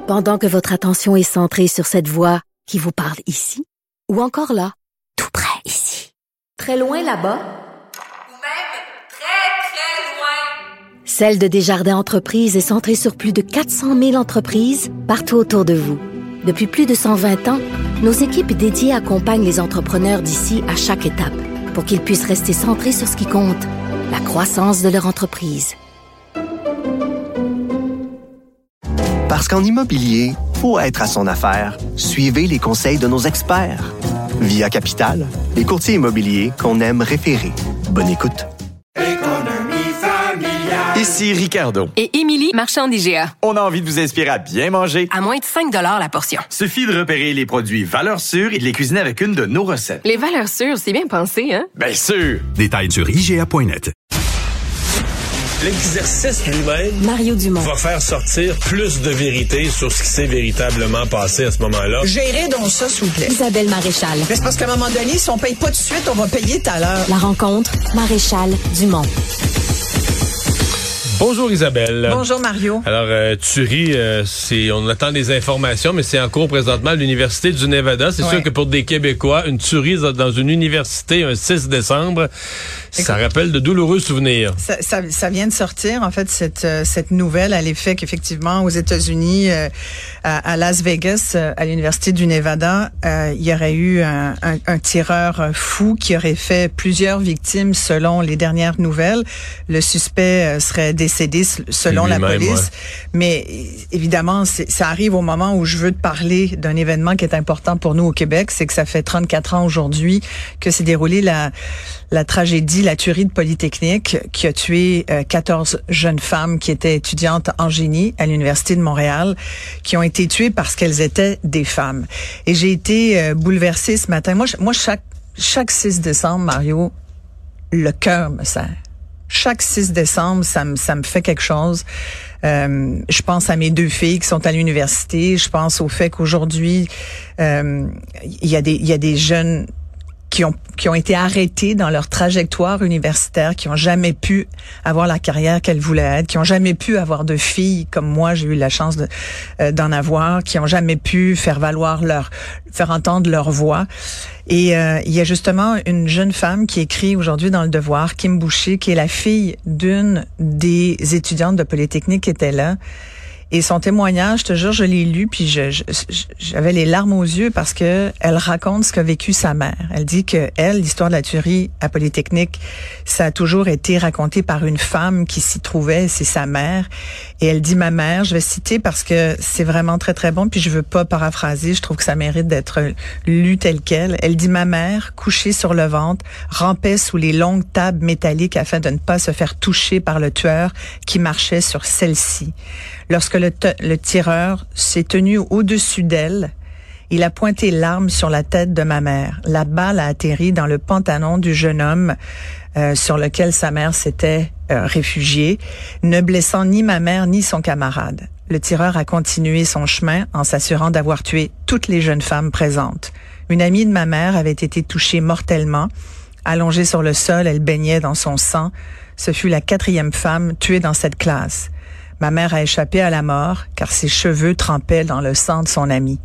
Pendant que votre attention est centrée sur cette voix qui vous parle ici, ou encore là, tout près ici, très loin là-bas, ou même très, très loin. Celle de Desjardins Entreprises est centrée sur plus de 400 000 entreprises partout autour de vous. Depuis plus de 120 ans, nos équipes dédiées accompagnent les entrepreneurs d'ici à chaque étape pour qu'ils puissent rester centrés sur ce qui compte, la croissance de leur entreprise. Parce qu'en immobilier, pour être à son affaire, suivez les conseils de nos experts. Via Capital, les courtiers immobiliers qu'on aime référer. Bonne écoute. Ici Ricardo. Et Émilie, marchand d'IGA. On a envie de vous inspirer à bien manger. À moins de 5 $ la portion. Suffit de repérer les produits valeurs sûres et de les cuisiner avec une de nos recettes. Les valeurs sûres, c'est bien pensé, hein? Bien sûr! Détails sur IGA.net. L'exercice lui-même Mario Dumont va faire sortir plus de vérité sur ce qui s'est véritablement passé à ce moment-là. Gérez donc ça, s'il vous plaît. Isabelle Maréchal. Mais c'est parce qu'à un moment donné, si on paye pas tout de suite, on va payer tout à l'heure. La rencontre, Maréchal Dumont. Bonjour Isabelle. Bonjour Mario. Alors, Thury, on attend des informations, mais c'est en cours présentement à l'Université du Nevada. C'est sûr que pour des Québécois, une tuerie dans une université un 6 décembre, ça rappelle de douloureux souvenirs. Ça vient de sortir, en fait, cette nouvelle à l'effet qu'effectivement, aux États-Unis, à Las Vegas, à l'Université du Nevada, il y aurait eu un tireur fou qui aurait fait plusieurs victimes selon les dernières nouvelles. Le suspect serait décédé selon la police. Ouais. Mais évidemment, ça arrive au moment où je veux te parler d'un événement qui est important pour nous au Québec. C'est que ça fait 34 ans aujourd'hui que s'est déroulée la tragédie, la tuerie de Polytechnique qui a tué 14 jeunes femmes qui étaient étudiantes en génie à l'Université de Montréal, qui ont été tuées parce qu'elles étaient des femmes. Et j'ai été bouleversée ce matin. Moi, chaque 6 décembre, Mario, le cœur me serre. Chaque 6 décembre, ça me fait quelque chose. Je pense à mes 2 filles qui sont à l'université. Je pense au fait qu'aujourd'hui, il y a des jeunes qui ont été arrêtés dans leur trajectoire universitaire, qui ont jamais pu avoir la carrière qu'elles voulaient être, qui ont jamais pu avoir de filles comme moi, j'ai eu la chance d'en avoir, qui ont jamais pu faire entendre leur voix. Et il y a justement une jeune femme qui écrit aujourd'hui dans Le Devoir, Kim Boucher, qui est la fille d'une des étudiantes de Polytechnique qui était là. Et son témoignage, je te jure, je l'ai lu, puis j'avais les larmes aux yeux parce que elle raconte ce qu'a vécu sa mère. Elle dit que l'histoire de la tuerie à Polytechnique, ça a toujours été raconté par une femme qui s'y trouvait, c'est sa mère. Et elle dit, ma mère, je vais citer parce que c'est vraiment très, très bon, puis je veux pas paraphraser, je trouve que ça mérite d'être lu tel quel. Elle dit, ma mère, couchée sur le ventre, rampait sous les longues tables métalliques afin de ne pas se faire toucher par le tueur qui marchait sur celle-ci. Lorsque le tireur s'est tenu au-dessus d'elle, il a pointé l'arme sur la tête de ma mère. La balle a atterri dans le pantalon du jeune homme sur lequel sa mère s'était réfugiée, ne blessant ni ma mère ni son camarade. Le tireur a continué son chemin en s'assurant d'avoir tué toutes les jeunes femmes présentes. Une amie de ma mère avait été touchée mortellement. Allongée sur le sol, elle baignait dans son sang. Ce fut la 4e femme tuée dans cette classe. Ma mère a échappé à la mort car ses cheveux trempaient dans le sang de son amie.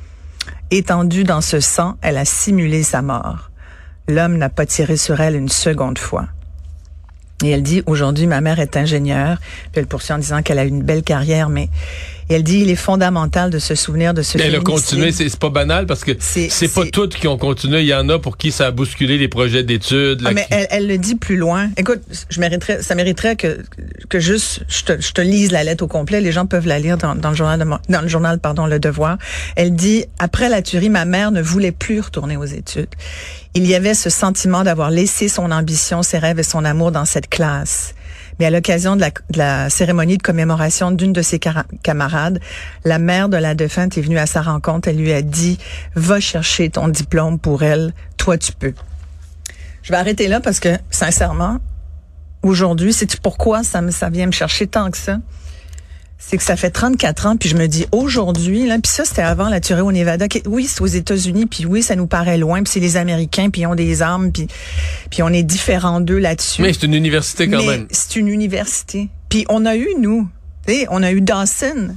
Étendue dans ce sang, elle a simulé sa mort. L'homme n'a pas tiré sur elle une seconde fois. Et elle dit, aujourd'hui, ma mère est ingénieure. Puis elle poursuit en disant qu'elle a eu une belle carrière, mais et elle dit, il est fondamental de se souvenir de ce féminicide. Elle a continué, c'est pas banal parce que c'est pas toutes qui ont continué. Il y en a pour qui ça a bousculé les projets d'études. Là, mais elle le dit plus loin. Écoute, ça mériterait que juste je te lise la lettre au complet. Les gens peuvent la lire dans le journal Le Devoir. Elle dit, après la tuerie, ma mère ne voulait plus retourner aux études. Il y avait ce sentiment d'avoir laissé son ambition, ses rêves et son amour dans cette classe. Mais à l'occasion de la cérémonie de commémoration d'une de ses camarades, la mère de la défunte est venue à sa rencontre. Elle lui a dit, va chercher ton diplôme pour elle, toi tu peux. Je vais arrêter là parce que, sincèrement, aujourd'hui, sais-tu pourquoi ça vient me chercher tant que ça? C'est que ça fait 34 ans, puis je me dis aujourd'hui, là, puis ça c'était avant la tuerie au Nevada. Oui, c'est aux États-Unis, puis oui, ça nous paraît loin, puis c'est les Américains, puis ils ont des armes, puis on est différents d'eux là-dessus. Mais c'est une université quand même. C'est une université. Puis on a eu, nous, On a eu Dawson.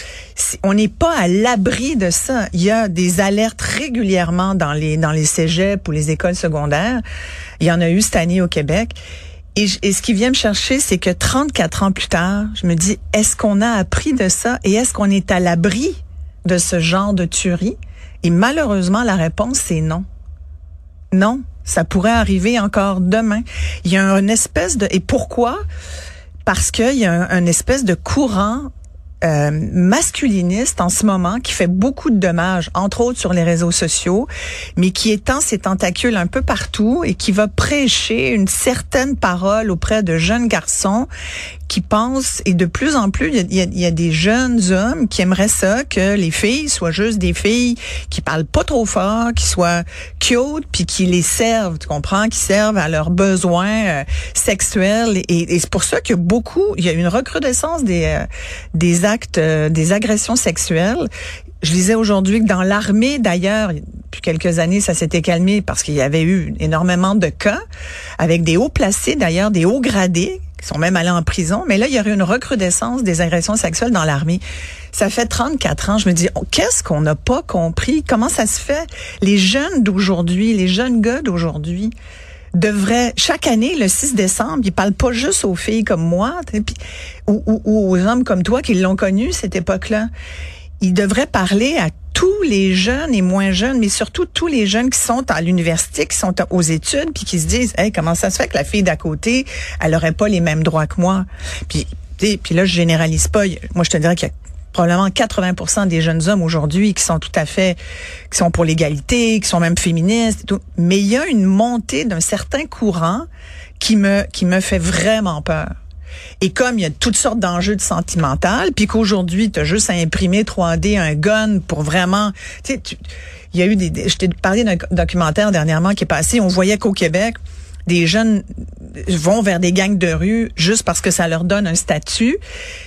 On n'est pas à l'abri de ça. Il y a des alertes régulièrement dans les cégeps ou les écoles secondaires. Il y en a eu cette année au Québec. Et ce qui vient me chercher, c'est que 34 ans plus tard, je me dis, est-ce qu'on a appris de ça et est-ce qu'on est à l'abri de ce genre de tuerie? Et malheureusement, la réponse, c'est non. Non, ça pourrait arriver encore demain. Il y a une espèce de... Et pourquoi? Parce qu'il y a un espèce de courant masculiniste en ce moment qui fait beaucoup de dommages, entre autres sur les réseaux sociaux, mais qui étend ses tentacules un peu partout et qui va prêcher une certaine parole auprès de jeunes garçons qui pensent, et de plus en plus, il y a des jeunes hommes qui aimeraient ça, que les filles soient juste des filles qui parlent pas trop fort, qui soient cute, puis qui les servent, tu comprends, qui servent à leurs besoins sexuels. Et c'est pour ça qu'il y a une recrudescence des actes, des agressions sexuelles. Je lisais aujourd'hui que dans l'armée, d'ailleurs, depuis quelques années, ça s'était calmé parce qu'il y avait eu énormément de cas avec des hauts placés, d'ailleurs, des hauts gradés, qui sont même allés en prison. Mais là, il y aurait une recrudescence des agressions sexuelles dans l'armée. Ça fait 34 ans. Je me dis, qu'est-ce qu'on n'a pas compris? Comment ça se fait? Les jeunes d'aujourd'hui, les jeunes gars d'aujourd'hui devraient, chaque année, le 6 décembre, ils parlent pas juste aux filles comme moi, ou aux hommes comme toi qui l'ont connu, cette époque-là. Ils devraient parler à tous les jeunes et moins jeunes, mais surtout tous les jeunes qui sont à l'université, qui sont aux études, puis qui se disent, hey, comment ça se fait que la fille d'à côté, elle aurait pas les mêmes droits que moi? Puis là, je généralise pas. Moi, je te dirais qu'il y a probablement 80% des jeunes hommes aujourd'hui qui sont qui sont pour l'égalité, qui sont même féministes et tout. Mais il y a une montée d'un certain courant qui me fait vraiment peur. Et comme il y a toutes sortes d'enjeux de sentimental, puis qu'aujourd'hui, tu as juste à imprimer 3D un gun pour vraiment... il y a eu je t'ai parlé d'un documentaire dernièrement qui est passé, on voyait qu'au Québec, des jeunes vont vers des gangs de rue juste parce que ça leur donne un statut,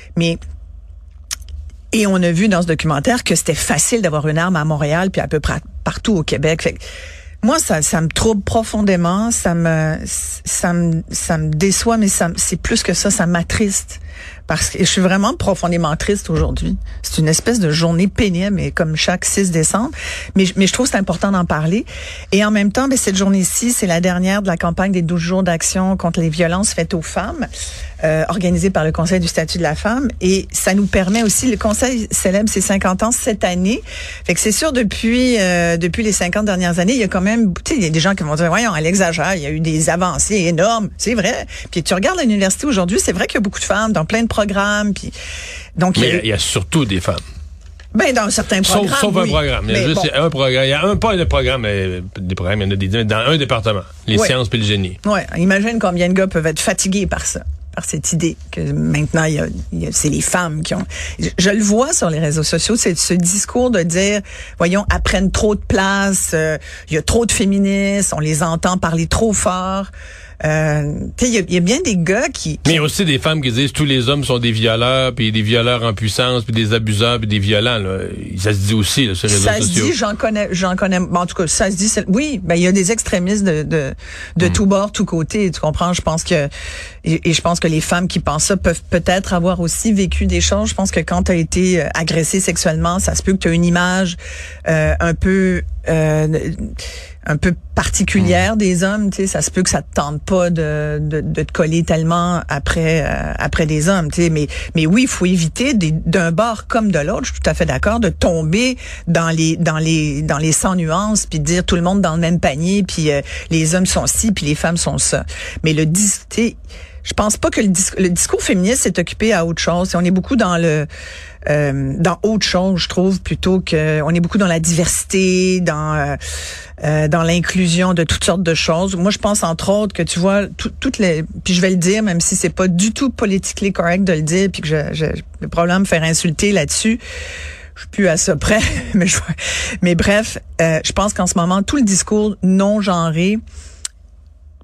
et on a vu dans ce documentaire que c'était facile d'avoir une arme à Montréal puis à peu près partout au Québec. Fait que, moi, ça me trouble profondément, ça me déçoit, mais c'est plus que ça m'attriste. Parce que je suis vraiment profondément triste aujourd'hui. C'est une espèce de journée pénible, mais comme chaque 6 décembre. Mais je trouve que c'est important d'en parler. Et en même temps, cette journée-ci, c'est la dernière de la campagne des 12 jours d'action contre les violences faites aux femmes, organisée par le Conseil du statut de la femme. Et ça nous permet aussi, le Conseil célèbre ses 50 ans cette année. Fait que c'est sûr, depuis les 50 dernières années, il y a quand même, il y a des gens qui vont dire, voyons, elle exagère, il y a eu des avancées énormes. C'est vrai. Puis tu regardes l'université aujourd'hui, c'est vrai qu'il y a beaucoup de femmes dans plein de programmes. Puis, donc, mais il y a surtout des femmes. Dans certains programmes. Sauf un programme. Il y a juste un programme. Il y a pas de programme, mais des programmes, il y en a dans un département. Les sciences puis le génie. Ouais. Imagine combien de gars peuvent être fatigués par ça. Par cette idée que maintenant, c'est les femmes qui ont... Je le vois sur les réseaux sociaux, c'est ce discours de dire, voyons, elles prennent trop de place, il y a trop de féministes, on les entend parler trop fort. Il y a bien des gars qui... Mais il y a aussi des femmes qui disent tous les hommes sont des violeurs, puis des violeurs en puissance, puis des abuseurs, puis des violents. Là. Ça se dit aussi là, sur les réseaux sociaux. Ça se dit, j'en connais. En tout cas, ça se dit. Oui, il y a des extrémistes de tout bord, tout côté. Tu comprends? Je pense que les femmes qui pensent ça peuvent peut-être avoir aussi vécu des choses. Je pense que quand tu as été agressé sexuellement, ça se peut que tu as une image un peu particulière des hommes, tu sais, ça se peut que ça te tente pas de te coller tellement après des hommes, tu sais, mais oui, il faut éviter d'un bord comme de l'autre, je suis tout à fait d'accord, de tomber dans les sans nuances puis de dire tout le monde dans le même panier puis les hommes sont ci puis les femmes sont ça. Mais je pense pas que le discours féministe s'est occupé à autre chose. On est beaucoup dans autre chose, je trouve, plutôt que on est beaucoup dans la diversité, dans l'inclusion de toutes sortes de choses. Moi, je pense entre autres que tu vois puis je vais le dire, même si c'est pas du tout politically correct de le dire, puis que j'ai le problème de me faire insulter là-dessus. Je suis plus à ça près, mais bref, je pense qu'en ce moment tout le discours non genré,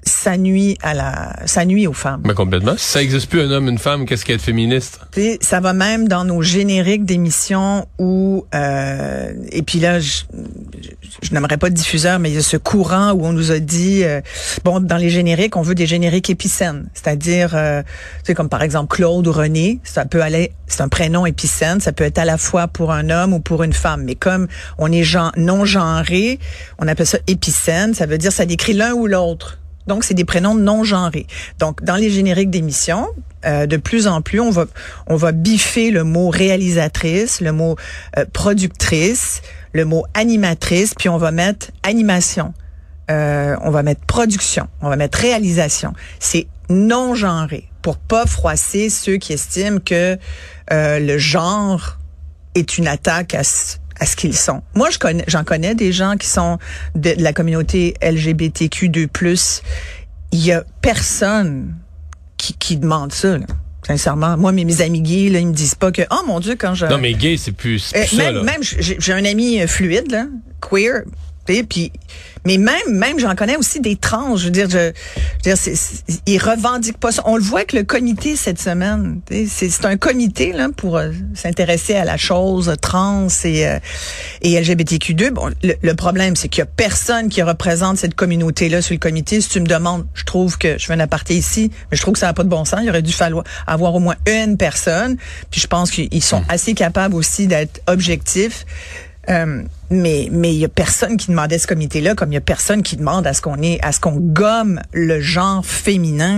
ça nuit aux femmes. Mais complètement. Si ça n'existe plus un homme, une femme, qu'est-ce qu'être féministe? T'sais, ça va même dans nos génériques d'émissions où, et puis là, je n'aimerais pas de diffuseur, mais il y a ce courant où on nous a dit, dans les génériques, on veut des génériques épicènes. C'est-à-dire, tu sais, comme par exemple Claude ou René, ça peut aller, c'est un prénom épicène, ça peut être à la fois pour un homme ou pour une femme. Mais comme on est non genré, on appelle ça épicène, ça veut dire ça décrit l'un ou l'autre. Donc, c'est des prénoms non genrés. Donc, dans les génériques d'émissions, de plus en plus, on va biffer le mot réalisatrice, le mot productrice, le mot animatrice, puis on va mettre animation. On va mettre production, on va mettre réalisation. C'est non genré pour pas froisser ceux qui estiment que le genre est une attaque à ce qu'ils sont. Moi, j'en connais des gens qui sont de la communauté LGBTQ2+. Il y a personne qui demande ça, là. Sincèrement, moi, mes amis gays, là, ils me disent pas que, oh mon Dieu, quand je... Non, mais gay, c'est plus ça, là. Même, j'ai un ami fluide, là, queer, puis, mais même, j'en connais aussi des trans. Je veux dire, ils revendiquent pas ça. On le voit avec le comité cette semaine. C'est un comité là pour s'intéresser à la chose trans et LGBTQ2. Bon, le problème, c'est qu'il y a personne qui représente cette communauté-là sur le comité. Si tu me demandes, je trouve que je fais un aparté ici, mais je trouve que ça n'a pas de bon sens. Il aurait dû falloir avoir au moins une personne. Puis je pense qu'ils sont assez capables aussi d'être objectifs. Mais il y a personne qui demandait ce comité-là, comme il y a personne qui demande à ce qu'on gomme le genre féminin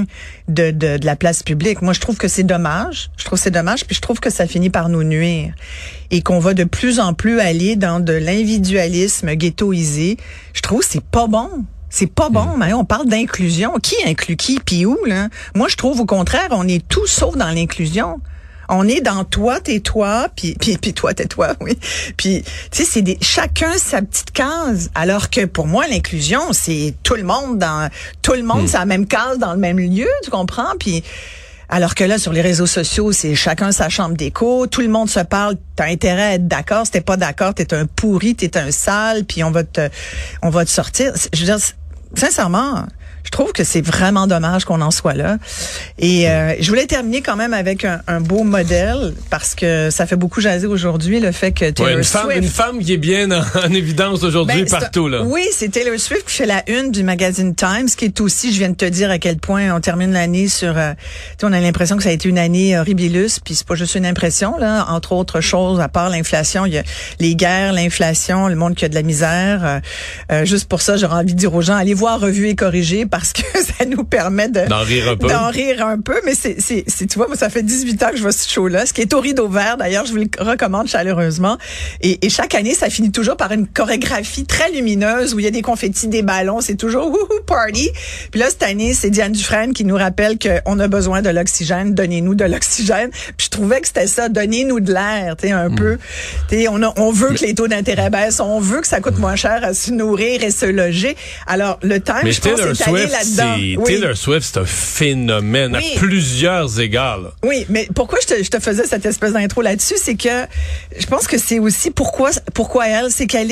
de la place publique. Moi, je trouve que c'est dommage. Puis je trouve que ça finit par nous nuire. Et qu'on va de plus en plus aller dans de l'individualisme ghettoisé. Je trouve que c'est pas bon. C'est pas bon, mais on parle d'inclusion. Qui inclut qui, puis où, là? Moi, je trouve au contraire, on est tout sauf dans l'inclusion. On est dans toi, t'es toi, puis toi, t'es toi, oui. Puis, tu sais, c'est chacun sa petite case. Alors que pour moi, l'inclusion, c'est tout le monde, c'est la même case dans le même lieu, tu comprends? Puis, alors que là, sur les réseaux sociaux, c'est chacun sa chambre d'écho, tout le monde se parle, t'as intérêt à être d'accord. Si t'es pas d'accord, t'es un pourri, t'es un sale, puis on va te sortir. Je veux dire, sincèrement, je trouve que c'est vraiment dommage qu'on en soit là. Et je voulais terminer quand même avec un beau modèle, parce que ça fait beaucoup jaser aujourd'hui, le fait que Taylor Swift... Une femme qui est bien en évidence aujourd'hui partout, là. Oui, c'est Taylor Swift qui fait la une du magazine Times, qui est aussi, je viens de te dire à quel point on termine l'année sur... on a l'impression que ça a été une année horribilus, puis c'est pas juste une impression, là. Entre autres choses, à part l'inflation, il y a les guerres, l'inflation, le monde qui a de la misère. Juste pour ça, j'aurais envie de dire aux gens, allez voir Revue et Corrigée, parce que ça nous permet d'en rire un peu. Mais c'est tu vois, moi, ça fait 18 ans que je vois ce show-là, ce qui est au rideau vert. D'ailleurs, je vous le recommande chaleureusement. Et chaque année, ça finit toujours par une chorégraphie très lumineuse où il y a des confettis, des ballons. C'est toujours wouhou party. Puis là, cette année, c'est Diane Dufresne qui nous rappelle qu'on a besoin de l'oxygène. Donnez-nous de l'oxygène. Puis je trouvais que c'était ça. Donnez-nous de l'air, tu sais, un peu. Tu sais, on veut que les taux d'intérêt baissent. On veut que ça coûte moins cher à se nourrir et se loger. Alors, le Time, je pense, c'est allé là-dedans. Taylor Swift, c'est un phénomène à plusieurs égards. Là. Oui, mais pourquoi je te faisais cette espèce d'intro là-dessus, c'est que je pense que c'est aussi pourquoi elle, c'est qu'elle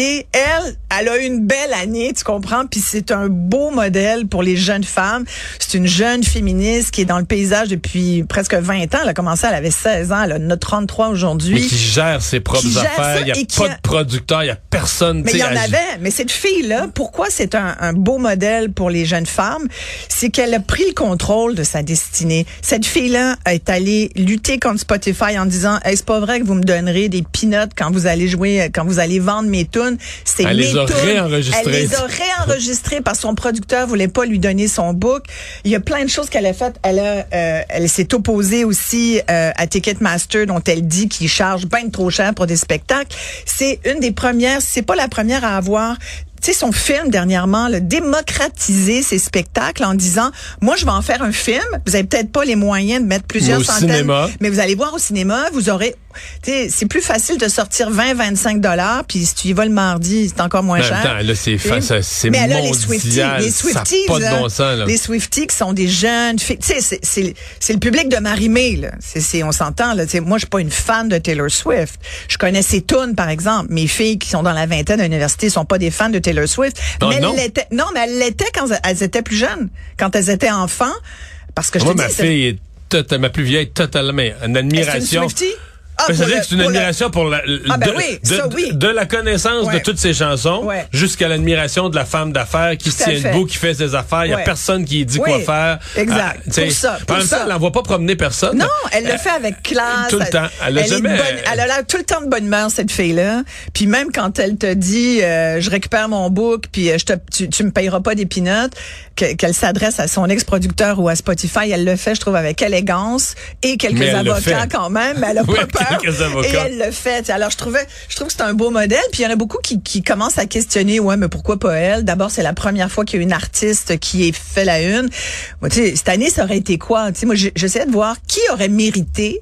a une belle année, tu comprends, puis c'est un beau modèle pour les jeunes femmes. C'est une jeune féministe qui est dans le paysage depuis presque 20 ans. Elle a commencé, elle avait 16 ans, elle en a 33 aujourd'hui. Mais qui gère ses propres affaires, il n'y a pas de producteur, il n'y a personne. Mais il y en avait, mais cette fille-là, pourquoi c'est un beau modèle pour les jeunes femmes? C'est qu'elle a pris le contrôle de sa destinée. Cette fille-là est allée lutter contre Spotify en disant, hey, c'est pas vrai que vous me donnerez des peanuts quand vous allez jouer, quand vous allez vendre mes tunes. C'est elle mes les a tunes. réenregistrées. Elle les a réenregistrées parce que son producteur voulait pas lui donner son book. Il y a plein de choses qu'elle a faites. Elle s'est opposée aussi à Ticketmaster, dont elle dit qu'il charge bien trop cher pour des spectacles. C'est une des premières, c'est pas la première à avoir, tu sais, son film dernièrement, démocratiser ses spectacles en disant, moi, je vais en faire un film. Vous avez peut-être pas les moyens de mettre plusieurs centaines, mais vous allez voir au cinéma, vous aurez c'est plus facile de sortir 20-25 $, puis si tu y vas le mardi, c'est encore moins cher. Attends, là, c'est mais là, mondial. les Swifties, ça n'a pas de bon sens, là. Les Swifties qui sont des jeunes filles, tu sais, c'est le public de Marie-Mé, là. On s'entend, là. T'sais, moi, je suis pas une fan de Taylor Swift. Je connais ses tunes, par exemple. Mes filles qui sont dans la vingtaine à l'université sont pas des fans de Taylor Swift. Oh, mais non. mais elles l'étaient quand elles étaient plus jeunes, quand elles étaient enfants. Parce que moi, ma fille est ma plus vieille, totalement en admiration. Est-ce une Swiftie? C'est-à-dire que c'est une admiration pour de la connaissance de toutes ces chansons jusqu'à l'admiration de la femme d'affaires qui se tient debout, qui fait ses affaires. Il y a personne qui dit quoi faire. Exact. Pour ça. En même temps, elle n'envoie pas promener personne. Non, elle le fait avec classe. Tout le temps. Elle a l'air tout le temps de bonne humeur, cette fille-là. Puis même quand elle te dit, je récupère mon book, puis tu me payeras pas des peanuts, qu'elle s'adresse à son ex-producteur ou à Spotify, elle le fait, je trouve, avec élégance et quelques avocats quand même. Mais elle a pas peur. Et elle le fait. Alors je trouve que c'est un beau modèle. Puis il y en a beaucoup qui commencent à questionner, mais pourquoi pas elle? D'abord, c'est la première fois qu'il y a une artiste qui est fait la une. Moi, tu sais, cette année, ça aurait été quoi? Tu sais, moi, j'essayais de voir qui aurait mérité.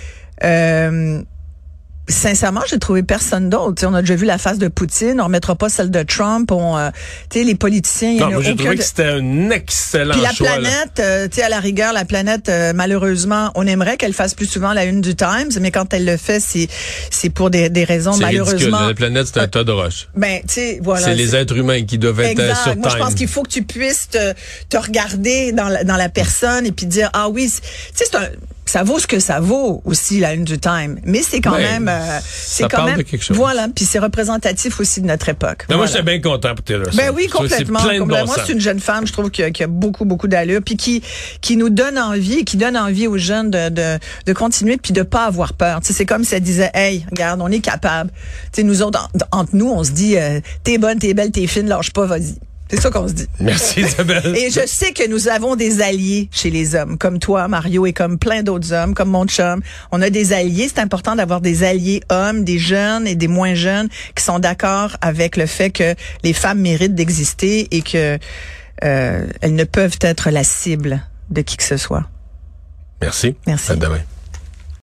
Sincèrement, j'ai trouvé personne d'autre. T'sais, on a déjà vu la face de Poutine, on remettra pas celle de Trump. Les politiciens, il y en a moi, j'ai trouvé que c'était un excellent choix. Puis la planète, à la rigueur, la planète, malheureusement, on aimerait qu'elle fasse plus souvent la une du Times, mais quand elle le fait, c'est pour des raisons malheureusement. Ridicule. La planète, c'est un tas de roches. Ben, tu sais, voilà. C'est les êtres humains qui doivent être sur Times. Moi, je pense qu'il faut que tu puisses te regarder dans la personne et puis dire, ah oui, tu sais, ça vaut ce que ça vaut aussi, la une du Time. Mais c'est quand même... ça parle de quelque chose. Voilà, puis c'est représentatif aussi de notre époque. Mais moi, j'étais bien content pour Taylor Swift. Ben oui, complètement. Moi, c'est une jeune femme, je trouve, qui a beaucoup, beaucoup d'allure, puis qui nous donne envie, qui donne envie aux jeunes de continuer, puis de pas avoir peur. Tu sais, c'est comme si elle disait, hey, regarde, on est capable. Tu sais, nous autres, entre nous, on se dit, t'es bonne, t'es belle, t'es fine, lâche pas, vas-y. C'est ça qu'on se dit. Merci Isabelle. Et je sais que nous avons des alliés chez les hommes, comme toi, Mario, et comme plein d'autres hommes, comme mon chum. On a des alliés. C'est important d'avoir des alliés hommes, des jeunes et des moins jeunes qui sont d'accord avec le fait que les femmes méritent d'exister et que elles ne peuvent être la cible de qui que ce soit. Merci. Merci. À demain.